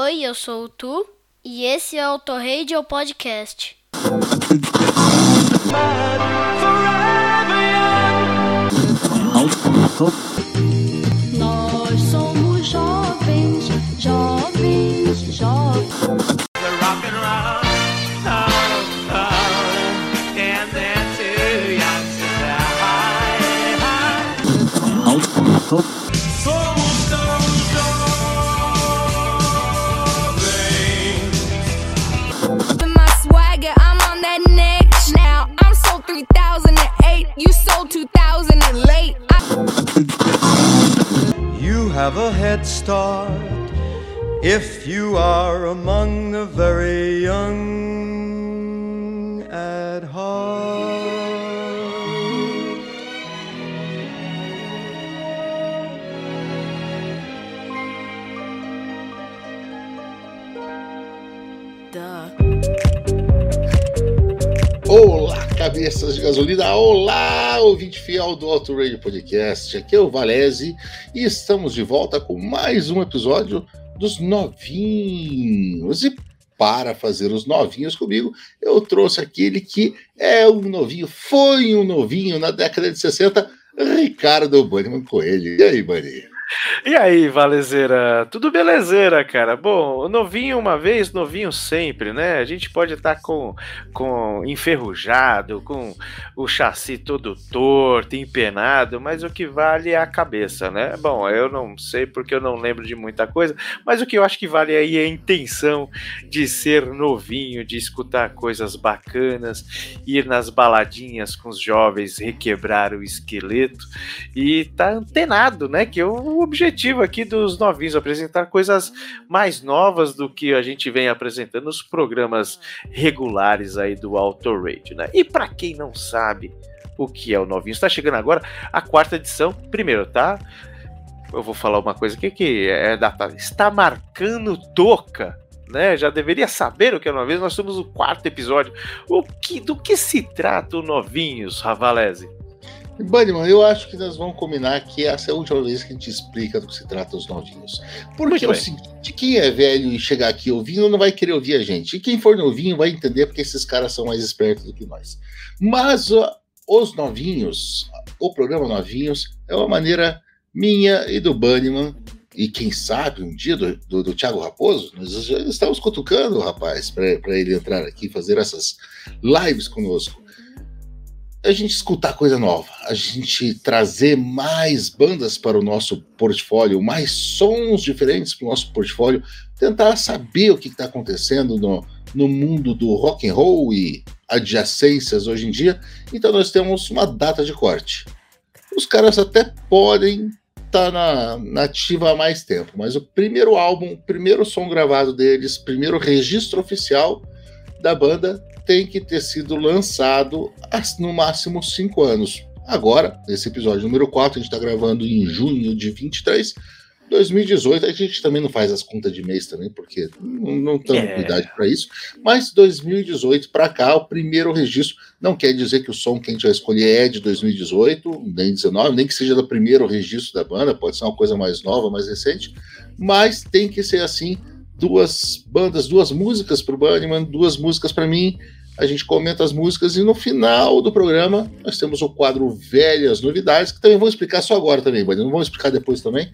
Oi, eu sou o Tu e esse é o Autorradio Podcast. Nós somos jovens, jovens, jovens. Somos tão jovens. With my swagger, I'm on that next now. I'm sold 3008, you sold 2000 and late. You have a head start if you are among the very young at heart. Olá, cabeças de gasolina! Olá, ouvinte fiel do Autorradio Podcast. Aqui é o Valese e estamos de volta com mais um episódio dos novinhos. E para fazer os novinhos comigo, eu trouxe aquele que é um novinho, foi um novinho na década de 60, Ricardo Banniman Coelho. E aí, Bunny? E aí, Valezeira? Tudo belezeira, cara? Bom, novinho uma vez, novinho sempre, né? A gente pode estar com enferrujado, com o chassi todo torto, empenado, mas o que vale é a cabeça, né? Bom, eu não sei porque eu não lembro de muita coisa, mas o que eu acho que vale aí é a intenção de ser novinho, de escutar coisas bacanas, ir nas baladinhas com os jovens, requebrar o esqueleto e tá antenado, né? Que o objetivo aqui dos novinhos, apresentar coisas mais novas do que a gente vem apresentando nos programas regulares aí do Autorradio, né? E para quem não sabe o que é o novinho, está chegando agora a 4ª edição. Primeiro, tá? Eu vou falar uma coisa aqui que é datada. Está marcando toca, né? Já deveria saber o que é novinhos. Nós somos o 4º episódio. Do que se trata o Novinhos, Ravalese? Bunnyman, eu acho que nós vamos combinar que essa é a última vez que a gente explica do que se trata os novinhos. Porque é o seguinte, quem é velho e chegar aqui ouvindo não vai querer ouvir a gente. E quem for novinho vai entender porque esses caras são mais espertos do que nós. Mas os novinhos, o programa Novinhos, é uma maneira minha e do Bunnyman, e quem sabe um dia do Thiago Raposo, nós já estamos cutucando o rapaz para ele entrar aqui e fazer essas lives conosco. A gente escutar coisa nova, a gente trazer mais bandas para o nosso portfólio, mais sons diferentes para o nosso portfólio, tentar saber o que está acontecendo no mundo do rock and roll e adjacências hoje em dia. Então nós temos uma data de corte. Os caras até podem estar na ativa há mais tempo, mas o primeiro álbum, o primeiro som gravado deles, primeiro registro oficial da banda tem que ter sido lançado há no máximo 5 anos. Agora, nesse episódio número 4, a gente está gravando em junho de 23, 2018, a gente também não faz as contas de mês também, porque não temos idade para isso, mas 2018 para cá, o primeiro registro, não quer dizer que o som que a gente vai escolher é de 2018, nem 19, nem que seja do primeiro registro da banda, pode ser uma coisa mais nova, mais recente, mas tem que ser assim, 2 bandas, 2 músicas para o Bunnyman, 2 músicas para mim, a gente comenta as músicas e no final do programa nós temos o quadro Velhas Novidades, que também vou explicar só agora também, Bunnyman, não vamos explicar depois também.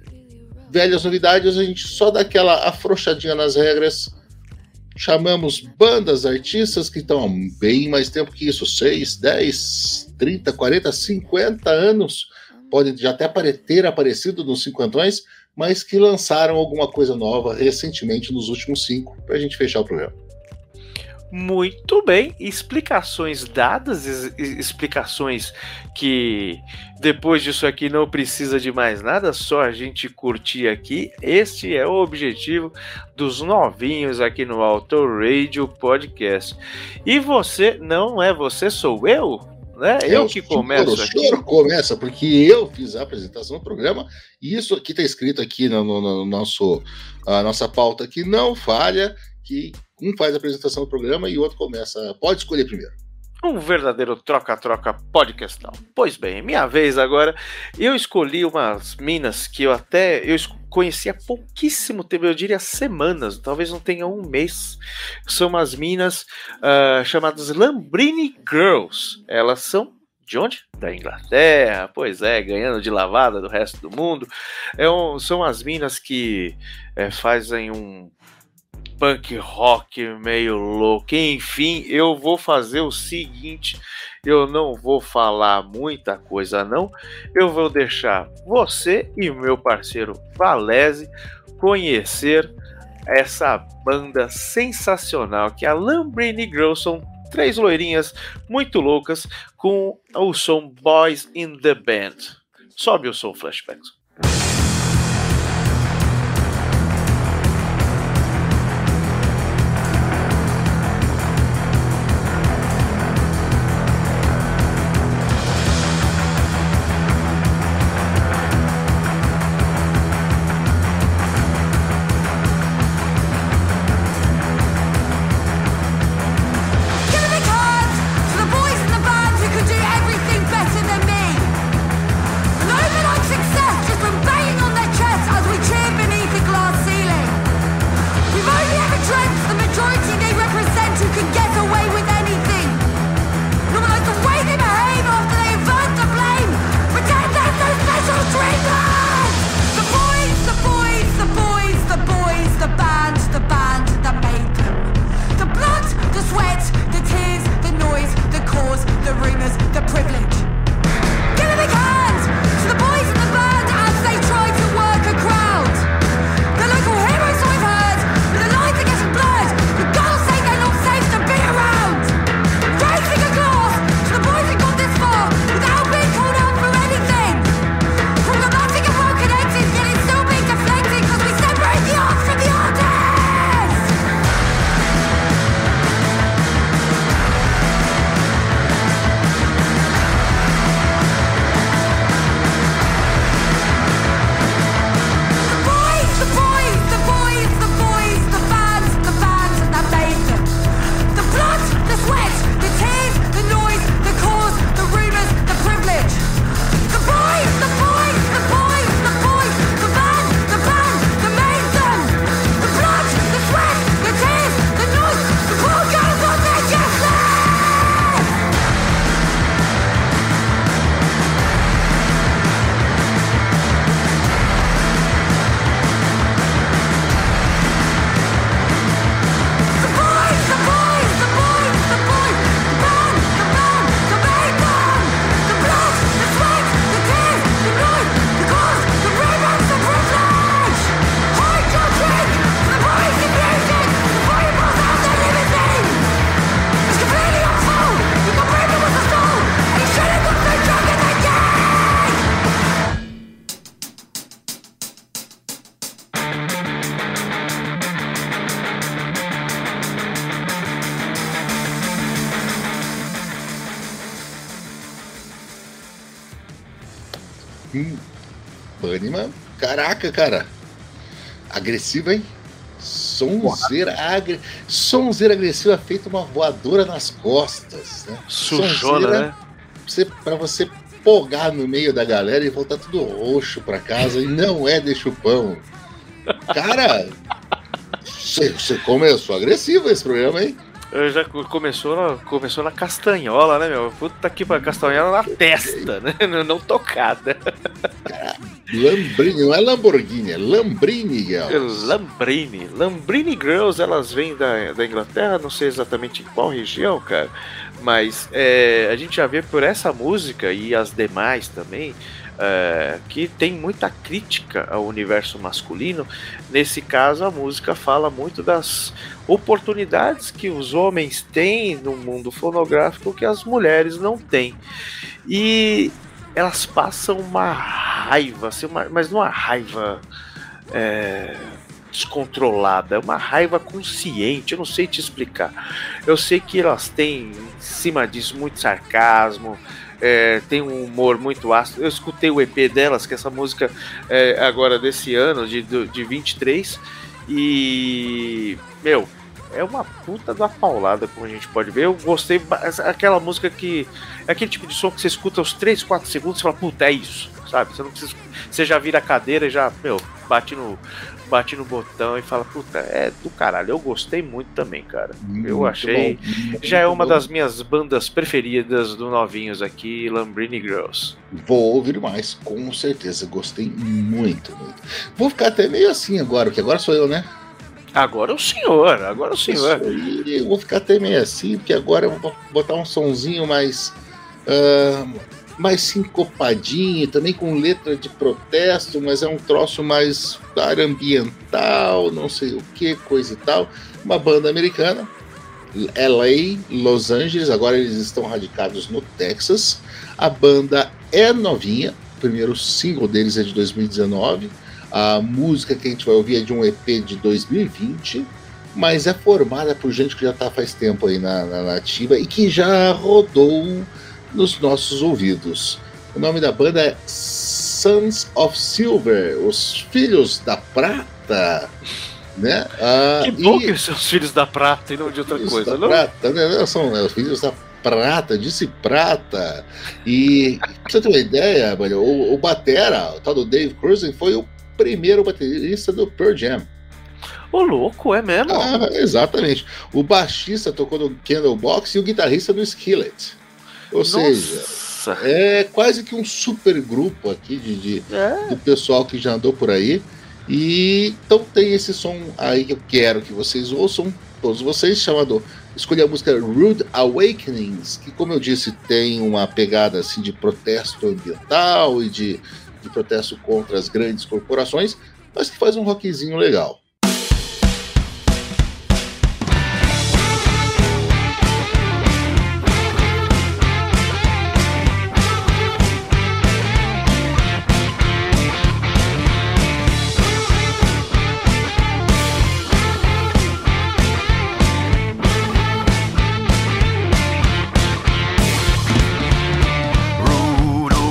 Velhas Novidades, a gente só dá aquela afrouxadinha nas regras, chamamos bandas, artistas que estão há bem mais tempo que isso, 6, 10, 30, 40, 50 anos, podem já até ter aparecido nos cinquentões, mas que lançaram alguma coisa nova recentemente nos últimos 5, para a gente fechar o programa. Muito bem, explicações dadas, explicações que depois disso aqui não precisa de mais nada, só a gente curtir aqui. Este é o objetivo dos novinhos aqui no Autorradio Podcast. E você não é você, sou eu, né? Eu que começo aqui. O senhor começa, porque eu fiz a apresentação do programa, e isso aqui está escrito aqui no a nossa pauta aqui, não falha, que um faz a apresentação do programa e o outro começa. Pode escolher primeiro. Um verdadeiro troca-troca podcastal. Pois bem, minha vez agora. Eu escolhi umas minas que eu conheci há pouquíssimo tempo, eu diria semanas, talvez não tenha um mês. São umas minas chamadas Lambrini Girls. Elas são de onde? Da Inglaterra, pois é, ganhando de lavada do resto do mundo. São as minas que fazem um punk rock meio louco. Enfim, eu vou fazer o seguinte, eu não vou falar muita coisa não, eu vou deixar você e o meu parceiro Valese conhecer essa banda sensacional que é a Lambrini Girls. São 3 loirinhas muito loucas com o som Boys in the Band. Sobe o som, Flashbacks. Success just from banging on their chests as we cheer beneath the glass ceiling. We've only ever dreamt the majority they represent who can get away with anything. Normalize the way they behave after they avert the blame. Pretend there's no special treatment. The boys, the boys, the boys, the boys, the band that made them. The blood, the sweat, the tears, the noise, the cause, the rumours, the privilege. Give a big hand to the boys in the band as they try to work a crowd. The local heroes that we've heard, but the lines are getting blurred. The girls say they're not safe to be around. Raising a glass to the boys that got this far without being called out for anything. Problematic and broken exits, yet it's still being deflected because we separate the arts from the artist. Bunnyman, caraca, cara. Agressiva, hein? Sonzeira agressiva, feita uma voadora nas costas, né? Sujona, né? Pra você pogar no meio da galera e voltar tudo roxo pra casa e não é de chupão. Cara, você começou agressivo esse programa, hein? Já começou na castanhola, né, meu? Puta que pariu, castanhola na testa, né? Não tocada. Cara, Lambrini, não é Lamborghini, é Lambrini Girls. Lambrini Girls, elas vêm da Inglaterra, não sei exatamente em qual região, cara, mas a gente já vê por essa música e as demais também, que tem muita crítica ao universo masculino. Nesse caso, a música fala muito das oportunidades que os homens têm no mundo fonográfico que as mulheres não têm. E elas passam uma raiva, assim, mas não uma raiva descontrolada, é uma raiva consciente, eu não sei te explicar. Eu sei que elas têm em cima disso muito sarcasmo, tem um humor muito ácido. Eu escutei o EP delas, que essa música agora desse ano, de 23, e, meu, é uma puta da paulada, como a gente pode ver. Eu gostei, aquela música que é aquele tipo de som que você escuta aos 3, 4 segundos e fala, puta, é isso, sabe? Você não precisa, você já vira a cadeira e já, bate no botão e fala, puta, é do caralho. Eu gostei muito também, cara. Eu achei, já é uma das minhas bandas preferidas do Novinhos aqui, Lamborghini Girls. Vou ouvir mais, com certeza. Gostei muito, muito. Vou ficar até meio assim agora, porque agora sou eu, né? Agora o senhor. Eu vou ficar até meio assim, porque agora eu vou botar um sonzinho mais sincopadinho, também com letra de protesto, mas é um troço mais da área ambiental, não sei o que, coisa e tal. Uma banda americana, LA, Los Angeles, agora eles estão radicados no Texas. A banda é novinha, o primeiro single deles é de 2019. A música que a gente vai ouvir é de um EP de 2020, mas é formada por gente que já está faz tempo aí na ativa e que já rodou nos nossos ouvidos. O nome da banda é Sons of Silver, os Filhos da Prata, né? Que bom que são os Filhos da Prata e não de outra coisa, não? Prata, né? São os Filhos da Prata, disse Prata. E pra você ter uma ideia, o batera, o tal do Dave Grusin, foi o primeiro baterista do Pearl Jam. Ô, louco, é mesmo? Exatamente. O baixista tocou no Candlebox e o guitarrista do Skillet. Ou seja, é quase que um super grupo aqui do pessoal que já andou por aí. E então tem esse som aí que eu quero que vocês ouçam, todos vocês, chamado... Escolhi a música Rude Awakenings, que, como eu disse, tem uma pegada assim de protesto ambiental e de protesto contra as grandes corporações, mas que faz um rockzinho legal.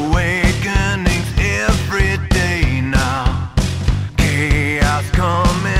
Coming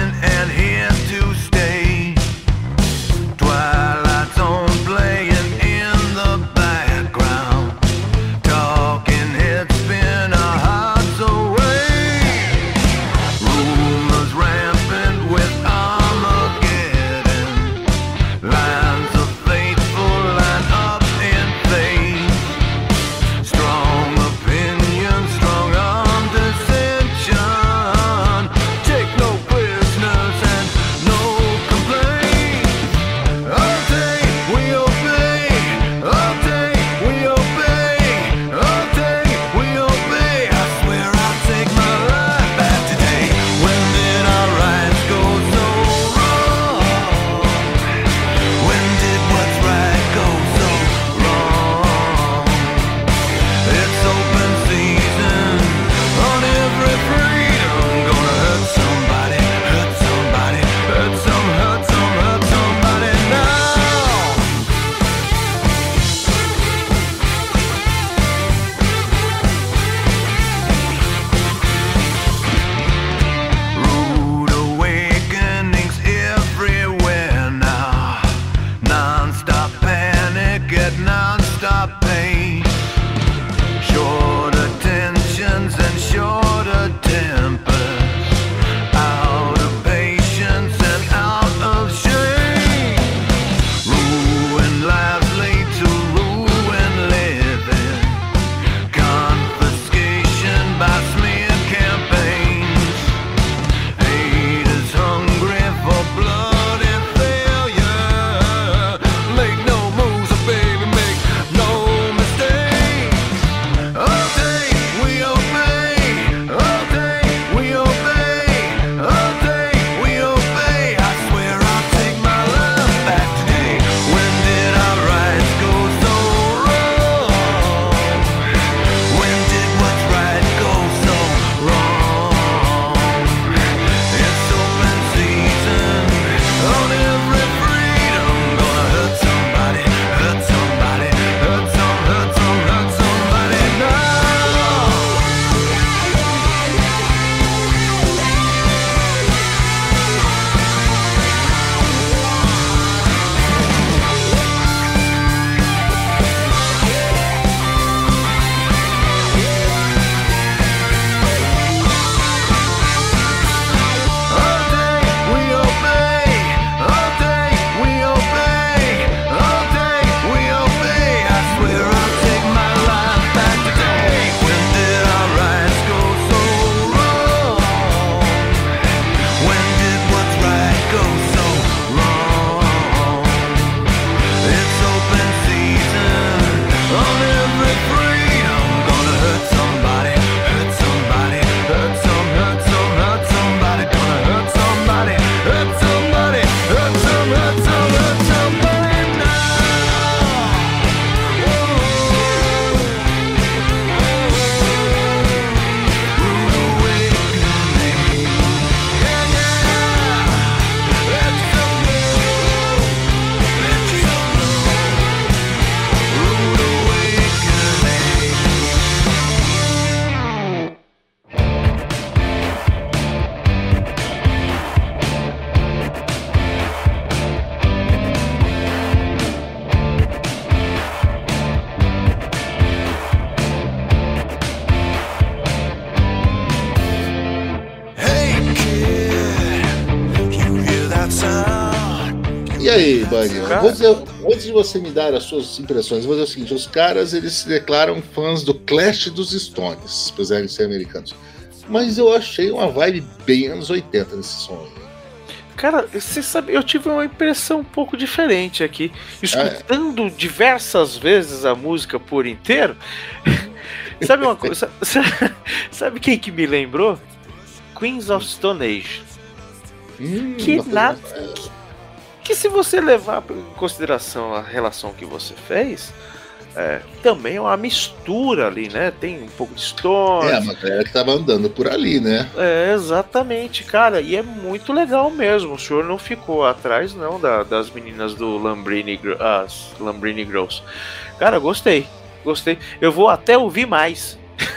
E aí, Bunny, antes de você me dar as suas impressões, eu vou dizer o seguinte: os caras eles se declaram fãs do Clash dos Stones, apesar de ser americanos. Mas eu achei uma vibe bem anos 80 nesse som aí. Cara, você sabe, eu tive uma impressão um pouco diferente aqui. Escutando diversas vezes a música por inteiro. Sabe uma coisa? Sabe quem que me lembrou? Queens of Stone Age. Que se você levar em consideração a relação que você fez, também é uma mistura ali, né? Tem um pouco de Stones. A galera que tava andando por ali, né? Exatamente, cara. E é muito legal mesmo. O senhor não ficou atrás, não, das meninas do Lambrini Girls. Cara, gostei. Eu vou até ouvir mais.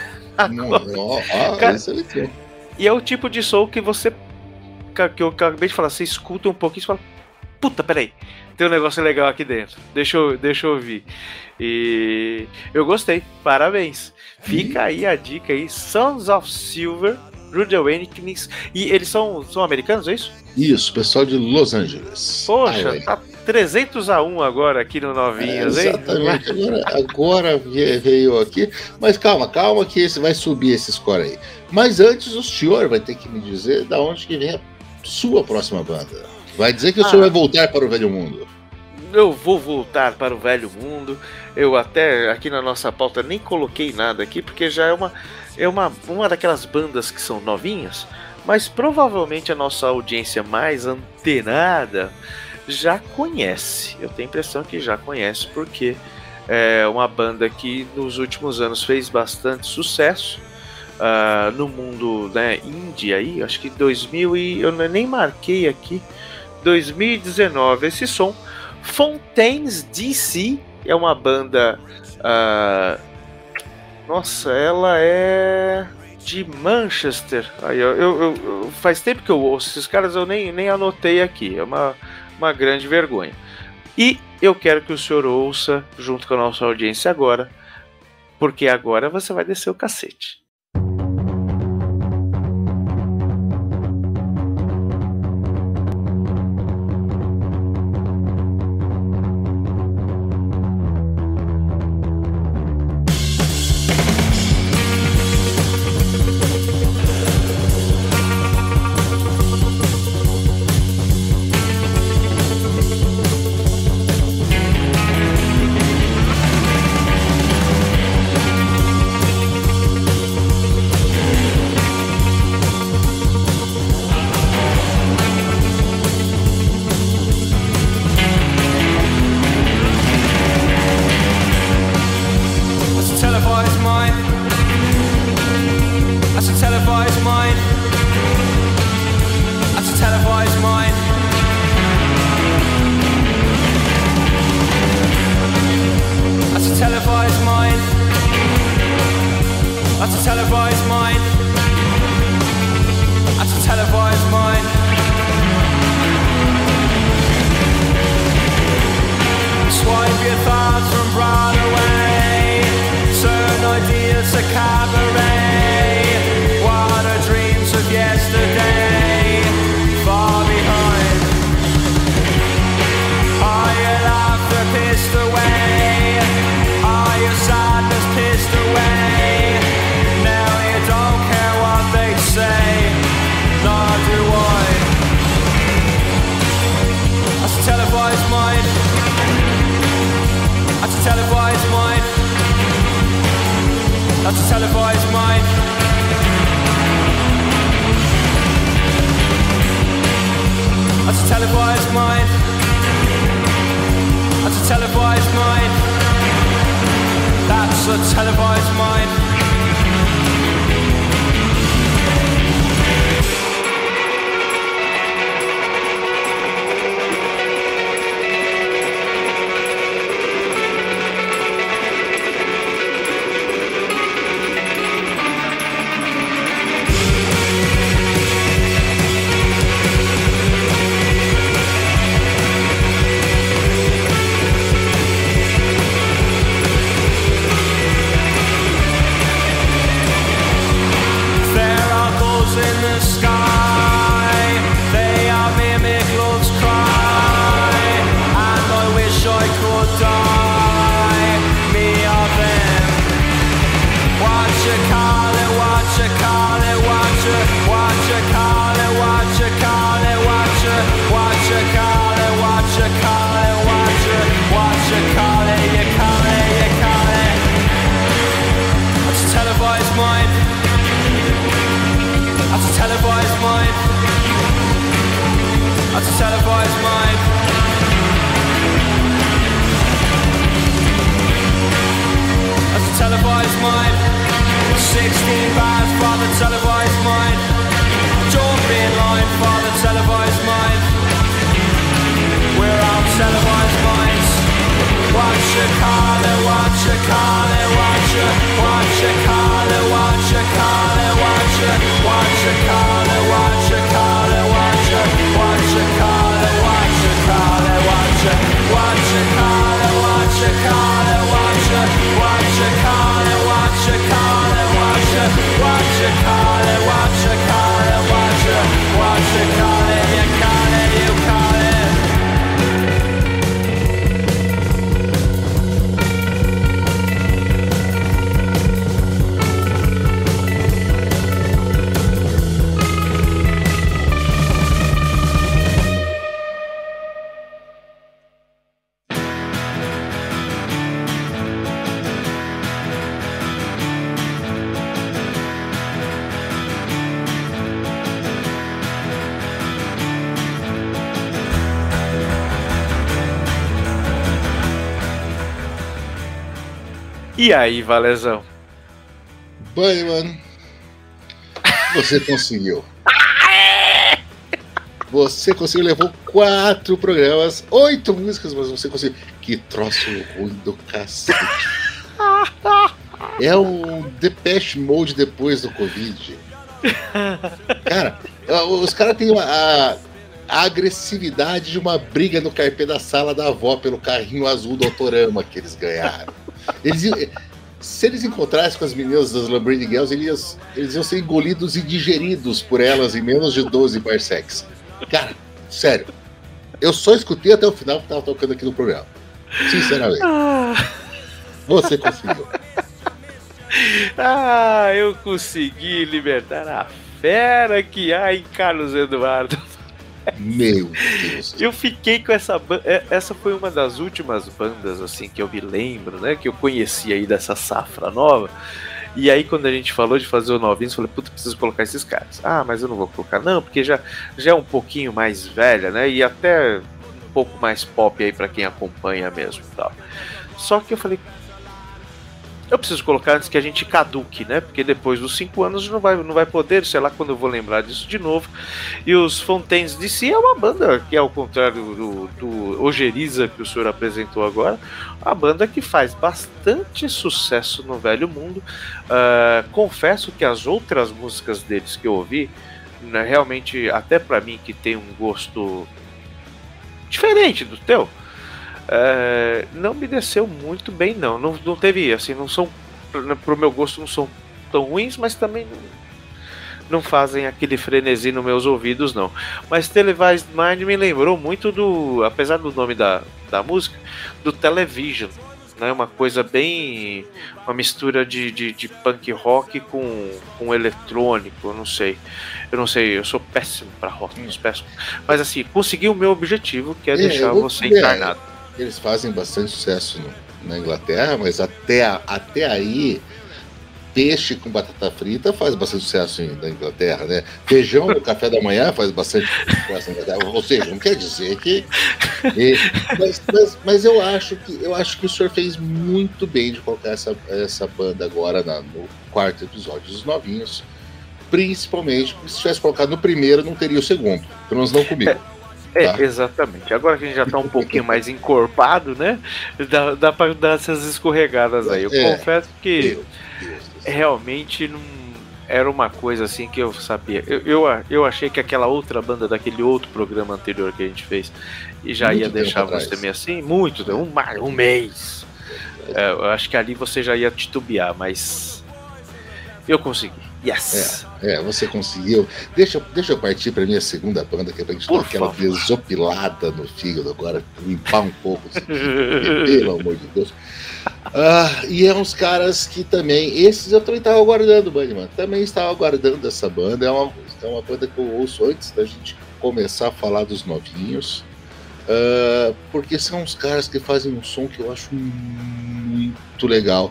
Cara, e é o tipo de som que você... que eu acabei de falar. Você escuta um pouquinho e fala... Puta, peraí, tem um negócio legal aqui dentro. Deixa eu ouvir. E eu gostei, parabéns. Fica aí a dica aí, Sons of Silver, Rude Awakenings. E eles são americanos, é isso? Isso, pessoal de Los Angeles. Poxa, tá 300-1 agora aqui no Novinhos, hein? Exatamente, agora veio aqui. Mas calma que esse vai subir esse score aí. Mas antes o senhor vai ter que me dizer da onde que vem a sua próxima banda. Vai dizer que o senhor vai voltar para o velho mundo. Eu vou voltar para o velho mundo. Eu até aqui na nossa pauta nem coloquei nada aqui, porque já é uma daquelas bandas que são novinhas, mas provavelmente a nossa audiência mais antenada já conhece. Eu tenho a impressão que já conhece, porque é uma banda que nos últimos anos fez bastante sucesso no mundo, né, indie aí. Acho que 2000 e eu nem marquei aqui. 2019, esse som. Fontaines DC é uma banda. Nossa, ela é de Manchester. Aí, eu faz tempo que eu ouço esses caras, eu nem anotei aqui. É uma grande vergonha. E eu quero que o senhor ouça junto com a nossa audiência agora, porque agora você vai descer o cacete. That's a televised mind. That's a televised mind. That's a televised mind. E aí, Valezão? Bunnyman, você conseguiu. Você conseguiu, levou 4 programas, 8 músicas, mas você conseguiu. Que troço ruim do cacete. É o Depeche Mode depois do Covid. Cara, os caras têm a agressividade de uma briga no carpê da sala da avó pelo carrinho azul do Autorama que eles ganharam. Se eles encontrassem com as meninas das Lamborghini Girls, eles iam ser engolidos e digeridos por elas em menos de 12 parsecs. Cara, sério, eu só escutei até o final que tava tocando aqui no programa. Sinceramente. Você conseguiu. Eu consegui libertar a fera que há em Carlos Eduardo. Meu Deus. Eu fiquei com essa banda. Essa foi uma das últimas bandas assim que eu me lembro, né? Que eu conheci aí dessa safra nova. E aí quando a gente falou de fazer o novinho, eu falei, puta, preciso colocar esses caras. Mas eu não vou colocar não, porque já é um pouquinho mais velha, né? E até um pouco mais pop aí pra quem acompanha mesmo e tal. Só que eu falei, eu preciso colocar antes que a gente caduque, né? Porque depois dos 5 anos não vai poder, sei lá quando eu vou lembrar disso de novo. E os Fontaines DC é uma banda que, ao contrário do Ojeriza que o senhor apresentou agora, uma banda que faz bastante sucesso no velho mundo. Confesso que as outras músicas deles que eu ouvi, né, realmente, até pra mim que tem um gosto diferente do teu, não me desceu muito bem, não teve, assim, não são, pro meu gosto, não são tão ruins, mas também não fazem aquele frenesi nos meus ouvidos, não. Mas Televised Mind me lembrou muito apesar do nome da música, do Television, né? Uma coisa bem, uma mistura de punk rock com eletrônico, eu não sei, eu sou péssimo para rótulos, péssimo, mas assim, consegui o meu objetivo, que é deixar você encarnado. Eles fazem bastante sucesso na Inglaterra, mas até aí peixe com batata frita faz bastante sucesso na Inglaterra, né? Feijão no café da manhã faz bastante sucesso na Inglaterra. Ou seja, não quer dizer que... Mas eu acho que o senhor fez muito bem de colocar essa banda agora no quarto episódio dos Novinhos. Principalmente porque se tivesse colocado no primeiro, não teria o segundo. Pelo menos não comigo. Tá? Exatamente. Agora que a gente já tá um pouquinho mais encorpado, né? Dá pra dar essas escorregadas aí. Eu confesso que realmente não era uma coisa assim que eu sabia. Eu achei que aquela outra banda daquele outro programa anterior que a gente fez e já muito ia deixar você meio assim, um mês. Eu acho que ali você já ia titubear, mas eu consegui. Yes. Você conseguiu. Deixa eu partir pra minha segunda banda, que é pra gente dar aquela desopilada no fígado agora, limpar um pouco. Pelo amor de Deus. E é uns caras que também, esses eu também estava aguardando, Bunnyman. Também estava aguardando essa banda. É uma banda que eu ouço antes da gente começar a falar dos Novinhos. Porque são uns caras que fazem um som que eu acho muito legal.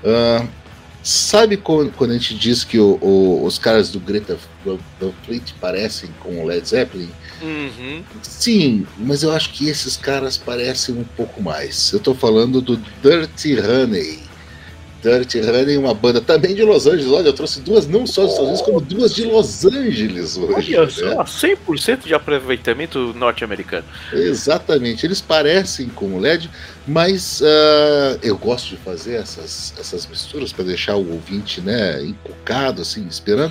Sabe quando a gente diz que os caras do Greta Van Fleet parecem com o Led Zeppelin? Uhum. Sim, mas eu acho que esses caras parecem um pouco mais. Eu tô falando do Dirty Honey. Dirty Honey é uma banda também de Los Angeles. Olha, eu trouxe duas, não só dos Estados Unidos, como duas de Los Angeles hoje. Olha só, 100% de aproveitamento norte-americano. Exatamente, eles parecem com o LED, mas eu gosto de fazer essas misturas para deixar o ouvinte, né, encucado, assim, esperando.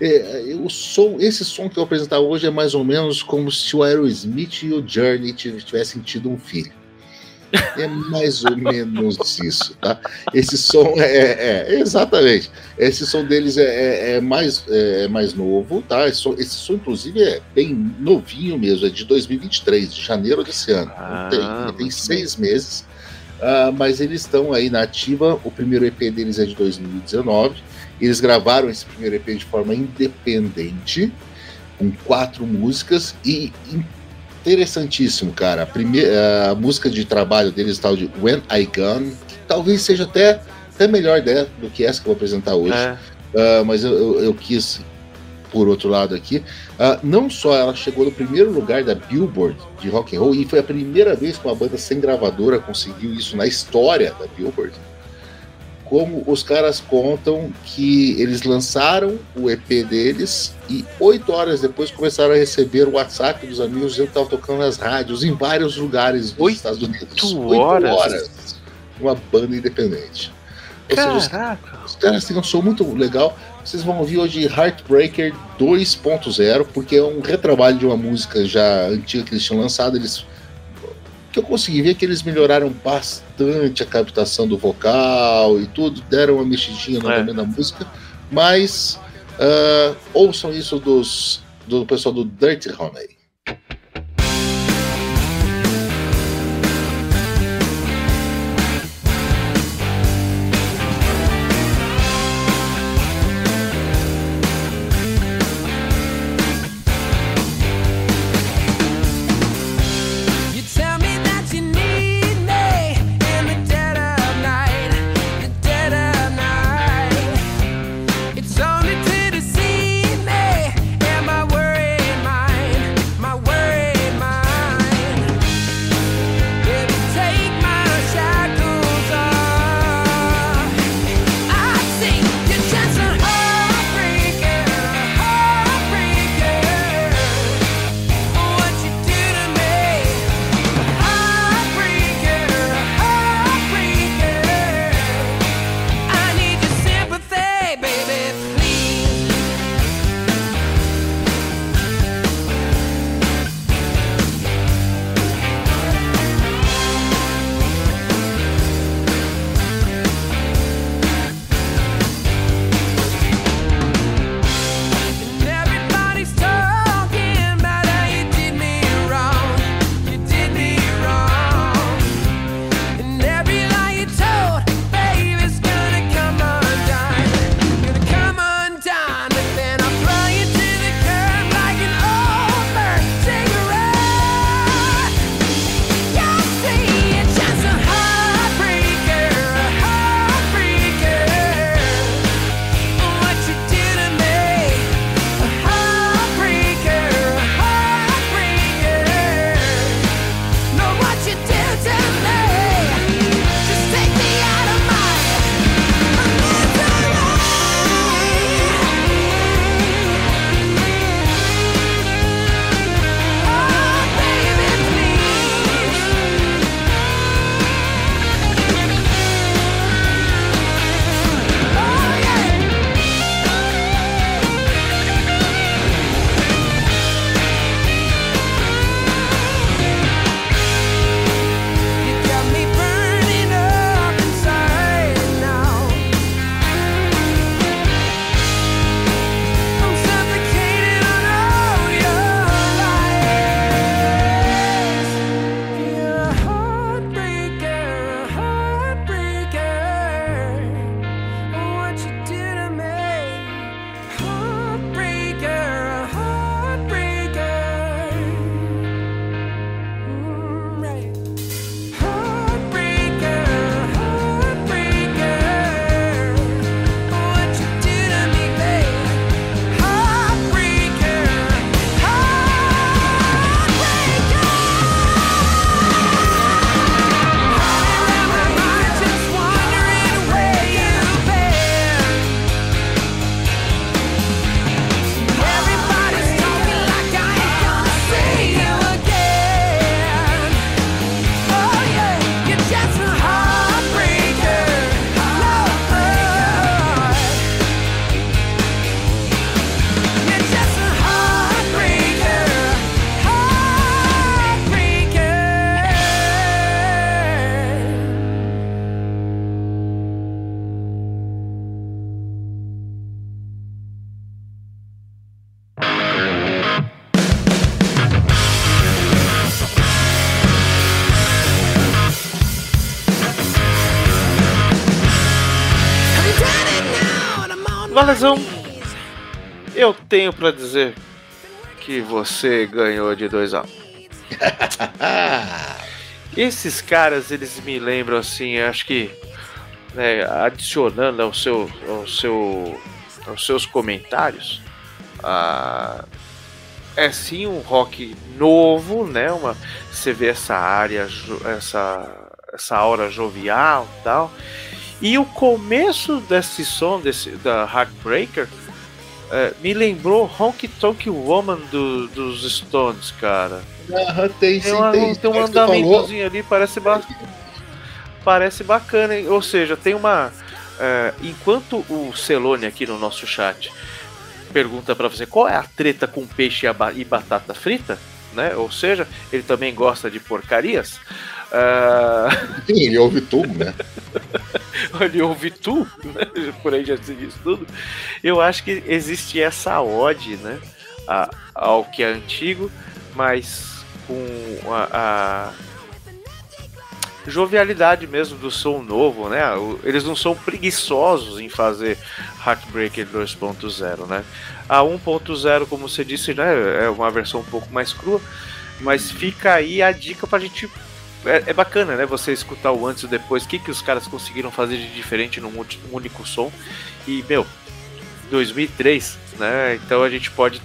Esse som que eu vou apresentar hoje é mais ou menos como se o Aerosmith e o Journey tivessem tido um filho. É mais ou menos isso, tá? Esse som exatamente. Esse som deles é mais novo, tá? Esse som, inclusive, é bem novinho mesmo, é de 2023, de janeiro desse ano. Tem 6 meses, mas eles estão aí na ativa. O primeiro EP deles é de 2019. Eles gravaram esse primeiro EP de forma independente, com 4 músicas e interessantíssimo, cara. A música de trabalho deles, tal de When I Gone, que talvez seja até melhor do que essa que eu vou apresentar hoje. Mas eu quis, por outro lado aqui, não só ela chegou no primeiro lugar da Billboard de rock and roll, e foi a primeira vez que uma banda sem gravadora conseguiu isso na história da Billboard, como os caras contam que eles lançaram o EP deles e 8 horas depois começaram a receber o WhatsApp dos amigos dizendo que estavam tocando nas rádios em vários lugares dos Estados Unidos. 8 horas. Uma banda independente. Ou seja, os caras têm um som muito legal. Vocês vão ouvir hoje Heartbreaker 2.0, porque é um retrabalho de uma música já antiga que eles tinham lançado. Que eu consegui ver que eles melhoraram bastante a captação do vocal e tudo, deram uma mexidinha no nome da música, mas ouçam isso do pessoal do Dirty Honey. Valezão, eu tenho pra dizer que você ganhou de 2-1. Esses caras, eles me lembram assim, acho que, né, adicionando aos seus comentários, é sim um rock novo, né? Você vê essa área, essa aura jovial e tal. E o começo desse som, da Heartbreaker, me lembrou Honky Tonk Woman dos Stones, cara. Tem um andamentozinho ali, parece bacana, hein? Ou seja, tem uma... enquanto o Celone aqui no nosso chat pergunta pra você qual é a treta com peixe e batata frita, né? Ou seja, ele também gosta de porcarias. Sim, ele ouve tudo, né? Ele ouve tudo, né? Por aí já se diz tudo. Eu acho que existe essa ode, né? Ao que é antigo, mas com a jovialidade mesmo do som novo, né? Eles não são preguiçosos em fazer Heartbreaker 2.0, né? A 1.0, como você disse, né, é uma versão um pouco mais crua, mas fica aí a dica pra gente... É bacana, né, você escutar o antes e o depois, o que os caras conseguiram fazer de diferente num único som. E, 2003, né, então a gente pode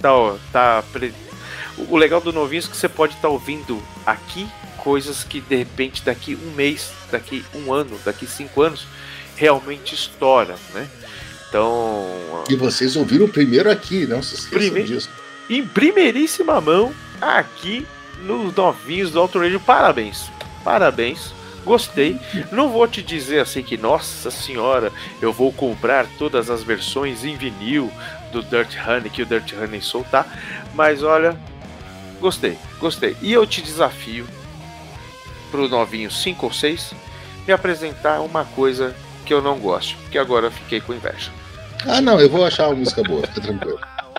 o legal do Novinhos é que você pode estar ouvindo aqui coisas que de repente daqui um mês, daqui um ano, daqui 5 anos realmente estouram, né? Então... E vocês ouviram primeiro aqui, não se esqueçam disso. Em primeiríssima mão, aqui nos Novinhos do Auto Radio. Parabéns, gostei. Não vou te dizer assim que, nossa senhora, eu vou comprar todas as versões em vinil do Dirty Honey que o Dirty Honey soltar, mas olha, gostei. E eu te desafio pro Novinho 5 ou 6 me apresentar uma coisa que eu não gosto, porque agora eu fiquei com inveja. Não, eu vou achar uma música boa, fica tranquilo.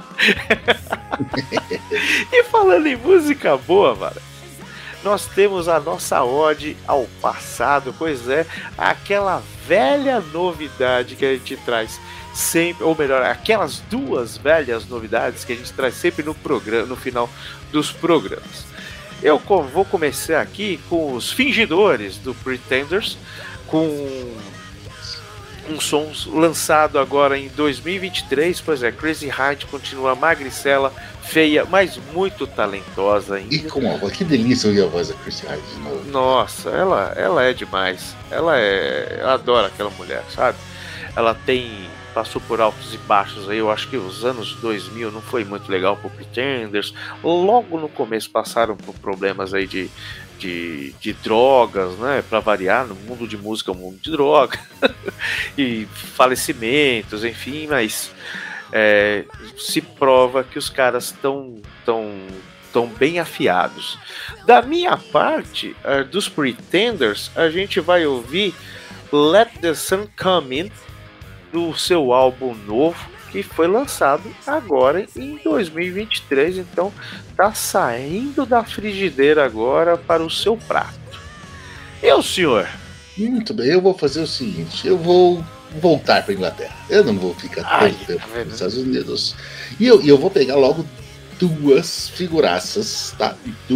E falando em música boa, mano, nós temos a nossa ode ao passado, pois é, aquela velha novidade que a gente traz sempre, ou melhor, aquelas duas velhas novidades que a gente traz sempre no programa, no final dos programas. Eu vou começar aqui com os Fingidores do Pretenders, com um som lançado agora em 2023, pois é, Crazy Heart continua magricela, feia, mas muito talentosa ainda. E com a voz, que delícia ouvir a voz da Crazy Heart de novo. Nossa, ela é demais. Eu adoro aquela mulher, sabe? Ela passou por altos e baixos aí, eu acho que os anos 2000 não foi muito legal pro Pretenders. Logo no começo passaram por problemas aí de drogas, né? Pra variar, no mundo de música é um mundo de droga. E falecimentos, enfim, mas se prova que os caras estão bem afiados. Da minha parte, dos Pretenders, a gente vai ouvir Let the Sun Come In, do seu álbum novo, que foi lançado agora em 2023, então tá saindo da frigideira agora para o seu prato. E o senhor? Muito bem, eu vou fazer o seguinte, eu vou voltar para Inglaterra, eu não vou ficar tanto tempo nos Estados Unidos, e eu vou pegar logo duas figuraças, tá?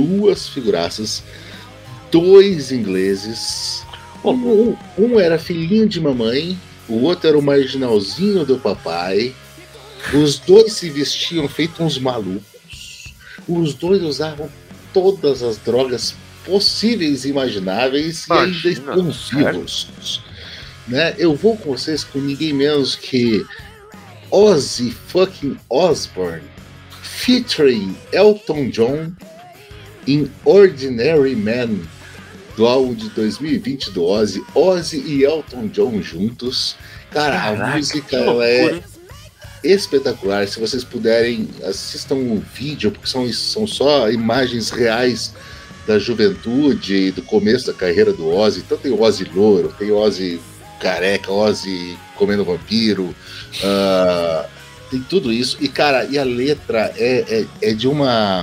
Dois ingleses, um era filhinho de mamãe, o outro era o marginalzinho do papai. Os dois se vestiam feito uns malucos. Os dois usavam todas as drogas possíveis e imagináveis e ainda estão vivos. Né? Eu vou com vocês com ninguém menos que Ozzy fucking Osbourne featuring Elton John em Ordinary Man, do álbum de 2020 do Ozzy e Elton John juntos. Cara, a música ela é espetacular. Se vocês puderem, assistam o vídeo, porque são só imagens reais da juventude e do começo da carreira do Ozzy. Então tem o Ozzy louro, tem o Ozzy careca, Ozzy comendo vampiro, tem tudo isso. E cara, e a letra é de uma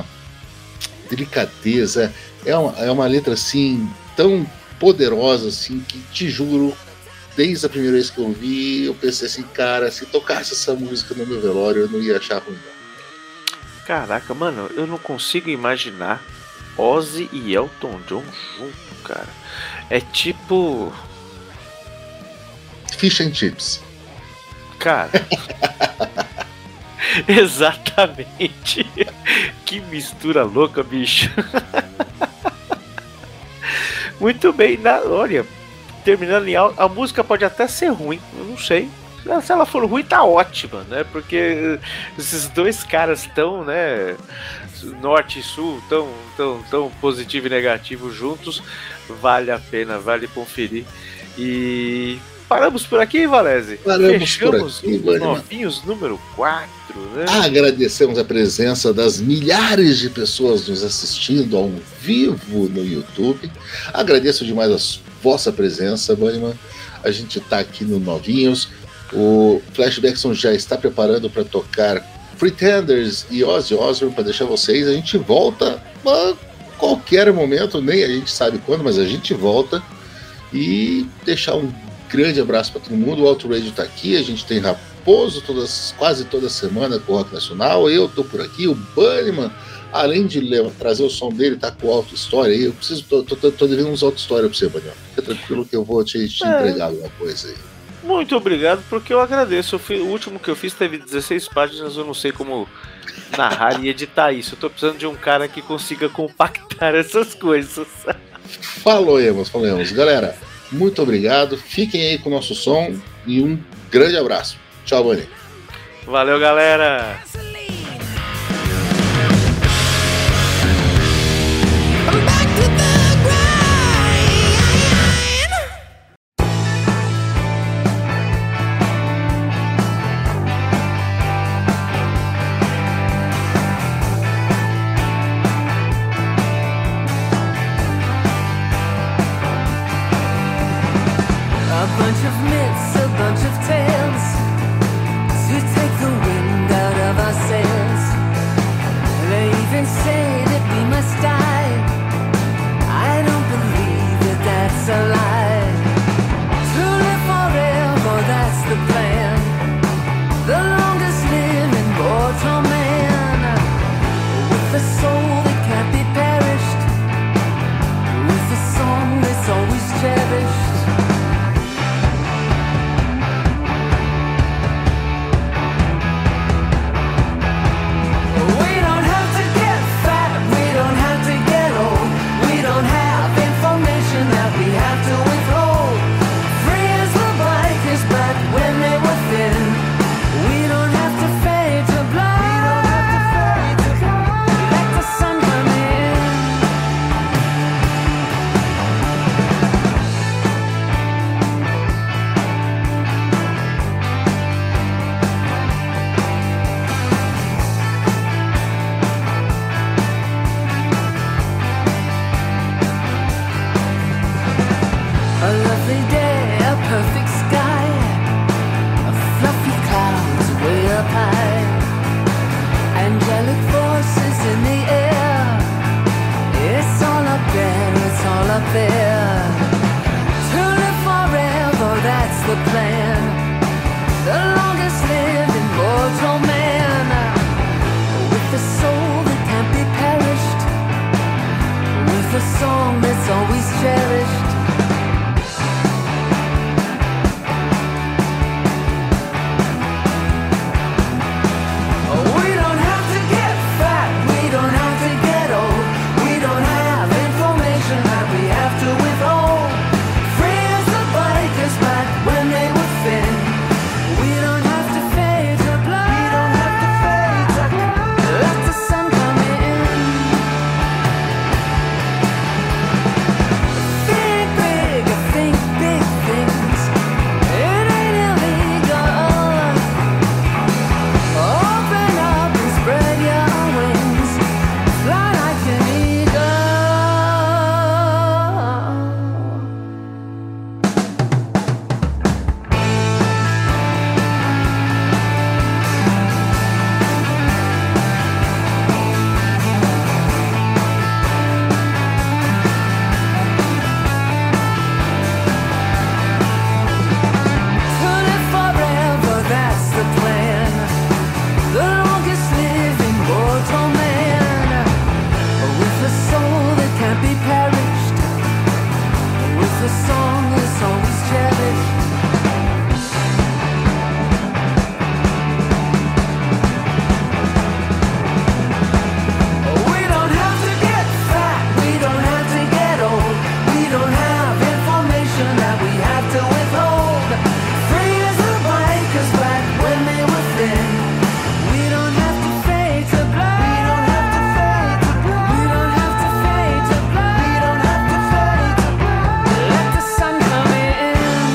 delicadeza, é uma letra assim tão poderosa assim que, te juro, desde a primeira vez que eu ouvi, eu pensei assim, cara, se tocasse essa música no meu velório, eu não ia achar ruim, não. Caraca, mano, eu não consigo imaginar Ozzy e Elton John junto, cara. É tipo... Fish and Chips. Cara... Exatamente. Que mistura louca, bicho. Muito bem, olha, terminando em alto, a música pode até ser ruim, eu não sei. Se ela for ruim, tá ótima, né? Porque esses dois caras tão, né, norte e sul, tão positivo e negativo juntos, vale a pena, vale conferir. E paramos por aqui, Valese? Fechamos o Novinhos número 4, né? Agradecemos a presença das milhares de pessoas nos assistindo ao vivo no YouTube. Agradeço demais a vossa presença, Bunnyman. A gente tá aqui no Novinhos. O Flashbackson já está preparando para tocar Pretenders e Ozzy Osbourne para deixar vocês. A gente volta a qualquer momento, nem a gente sabe quando, mas a gente volta. E deixar um grande abraço para todo mundo. O Alto Radio tá aqui, a gente tem Raposo quase toda semana com o Rock Nacional. Eu tô por aqui, o Bunnyman, além de trazer o som dele, tá com Auto História aí. Eu preciso, tô devendo uns Auto História pra você, Bunnyman. Fica tranquilo que eu vou te entregar alguma coisa aí. Muito obrigado, porque eu agradeço. O último que eu fiz teve 16 páginas, eu não sei como narrar e editar isso. Eu tô precisando de um cara que consiga compactar essas coisas. Falamos. Galera, muito obrigado. Fiquem aí com o nosso som e um grande abraço. Tchau, Bunny. Valeu, galera. Think the song is always cherished. We don't have to get fat, we don't have to get old. We don't have information that we have to withhold. Free as the bikers back when they were thin. We don't have to fade to black. We don't have to fade to black. We don't have to fade to black. We don't have to fade to black. Let the sun come in.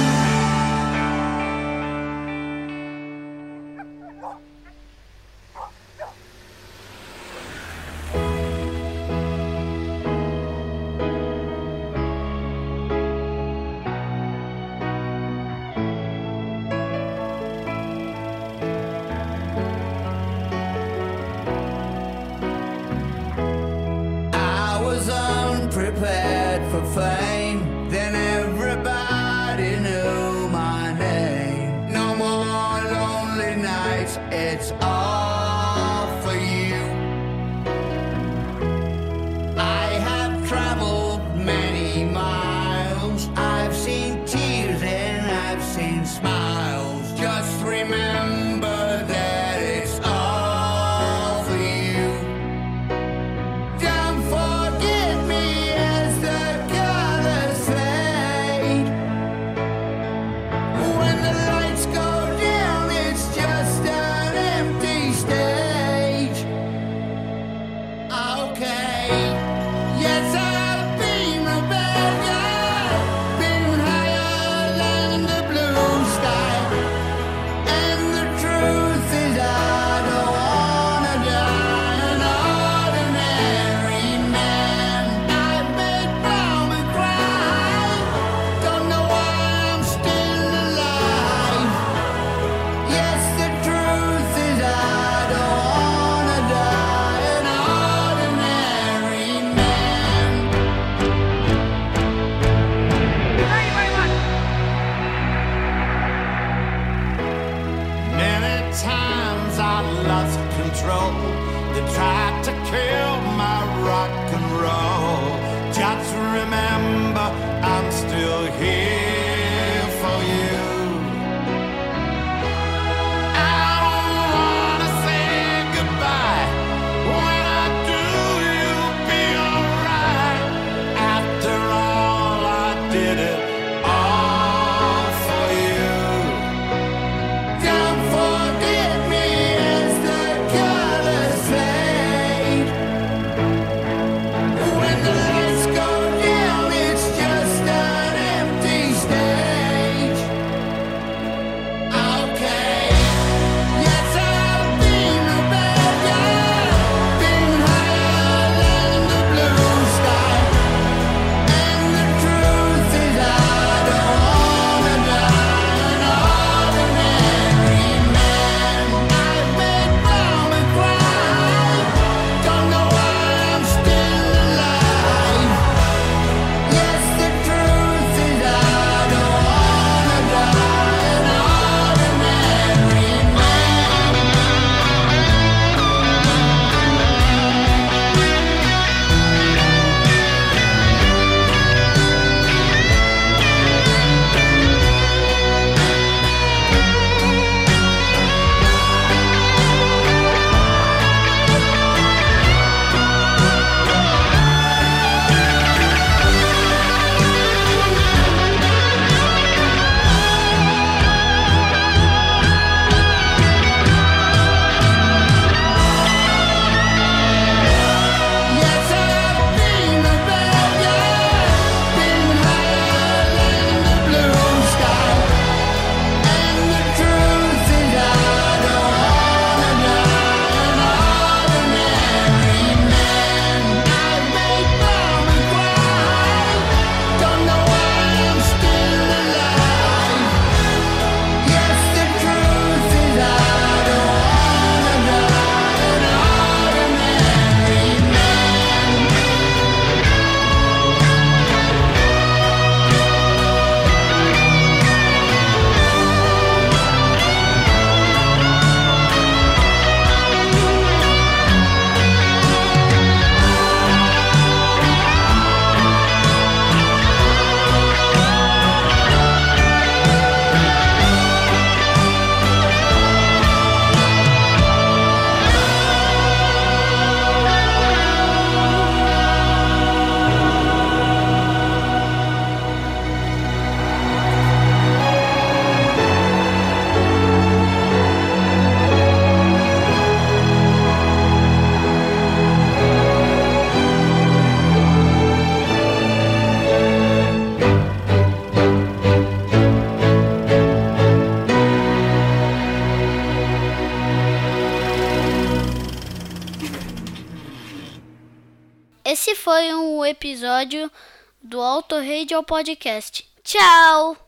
I was unprepared for fame. Then everybody knew my name. No more lonely nights, it's all for you. I have traveled many miles. I've seen tears and I've seen smiles. Just remember that it's all for you. Don't forget me as the colors fade. When the lights go down, it's just an empty stage. Okay, yes, I've been a bad guy, been higher than the blue sky. And the truth is I don't wanna die an ordinary man. I've made mama cry, don't know why I'm still alive. Yes, the truth is I don't wanna die an ordinary man. Thank you very much. Many times I lost control. They tried to kill my rock and roll. Just remember, I'm still here for you. I don't wanna say goodbye. When I do, you'll be alright. After all, I did it all for you. Don't forget me as the colors fade. When the lights go down, it's just an empty stage. Okay, yes, I've been a bad guy, been higher than the blue sky. And the truth is I Esse foi um episódio do Auto Radio Podcast. Tchau!